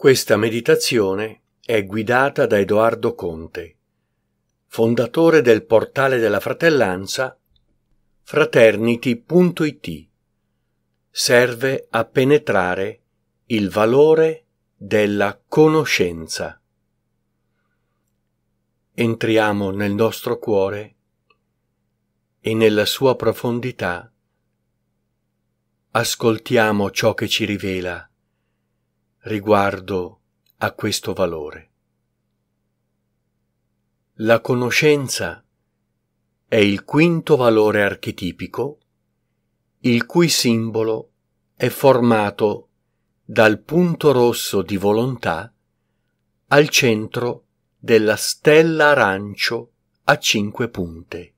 Questa meditazione è guidata da Edoardo Conte, fondatore del portale della fratellanza Fraternity.it. Serve a penetrare il valore della conoscenza. Entriamo nel nostro cuore e nella sua profondità ascoltiamo ciò che ci rivela riguardo a questo valore. La conoscenza è il quinto valore archetipico, il cui simbolo è formato dal punto rosso di volontà al centro della stella arancio a 5 punte,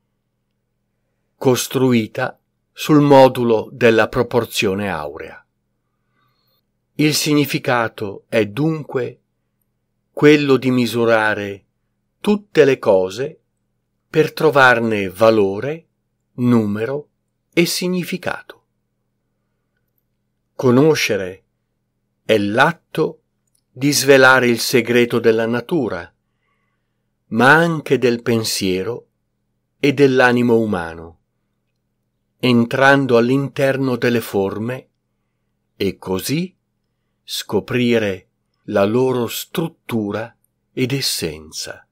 costruita sul modulo della proporzione aurea. Il significato è dunque quello di misurare tutte le cose per trovarne valore, numero e significato. Conoscere è l'atto di svelare il segreto della natura, ma anche del pensiero e dell'animo umano, entrando all'interno delle forme e così scoprire la loro struttura ed essenza.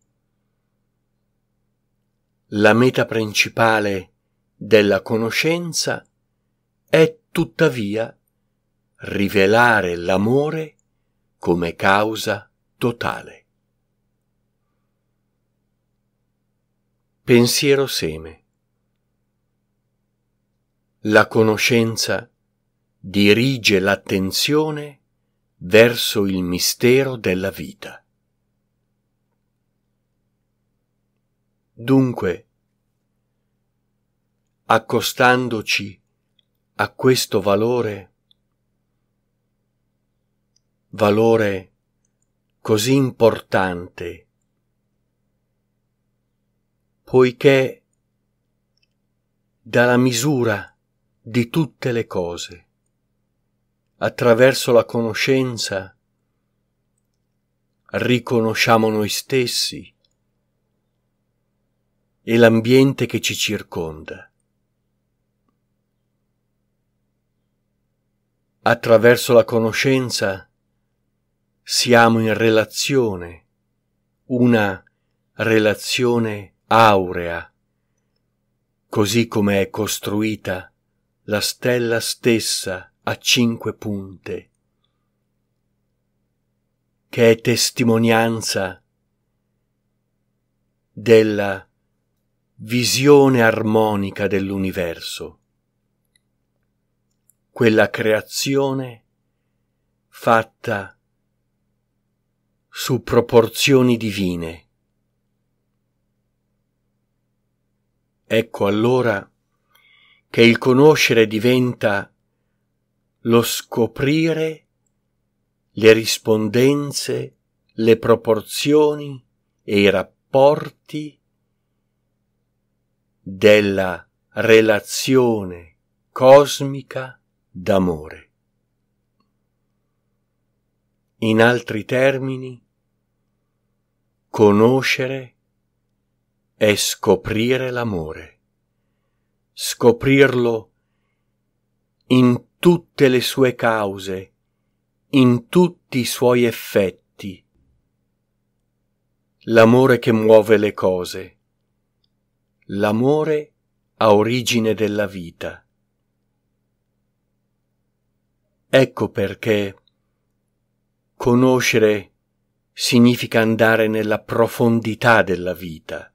La meta principale della conoscenza è tuttavia rivelare l'amore come causa totale. Pensiero seme. La conoscenza dirige l'attenzione verso il mistero della vita. Dunque, accostandoci a questo valore così importante, poiché dalla misura di tutte le cose, attraverso la conoscenza, riconosciamo noi stessi e l'ambiente che ci circonda. Attraverso la conoscenza siamo in relazione, una relazione aurea, così come è costruita la stella stessa a 5 punte, che è testimonianza della visione armonica dell'universo, quella creazione fatta su proporzioni divine. Ecco allora che il conoscere diventa lo scoprire le rispondenze, le proporzioni e i rapporti della relazione cosmica d'amore. In altri termini, conoscere è scoprire l'amore, scoprirlo in tutte le sue cause, in tutti i suoi effetti, l'amore che muove le cose, l'amore a origine della vita. Ecco perché conoscere significa andare nella profondità della vita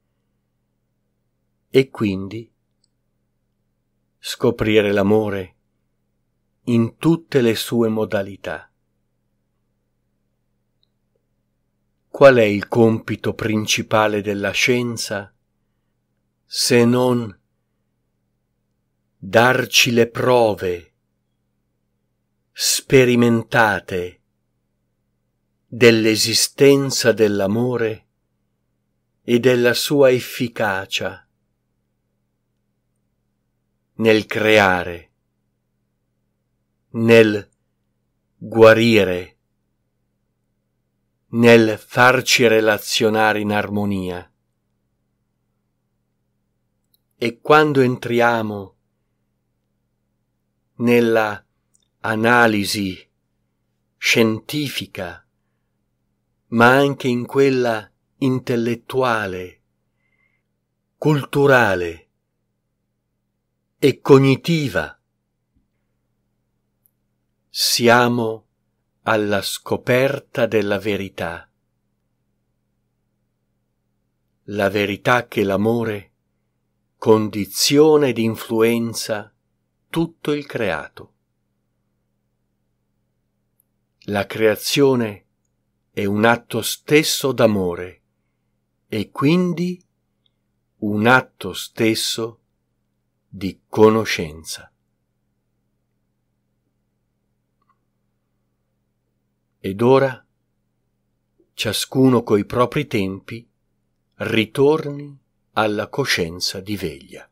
e quindi scoprire l'amore in tutte le sue modalità. Qual è il compito principale della scienza se non darci le prove sperimentate dell'esistenza dell'amore e della sua efficacia nel creare, nel guarire, nel farci relazionare in armonia. E quando entriamo nella analisi scientifica, ma anche in quella intellettuale, culturale e cognitiva, siamo alla scoperta della verità, la verità che l'amore condiziona ed influenza tutto il creato. La creazione è un atto stesso d'amore e quindi un atto stesso di conoscenza. Ed ora, ciascuno coi propri tempi, ritorni alla coscienza di veglia.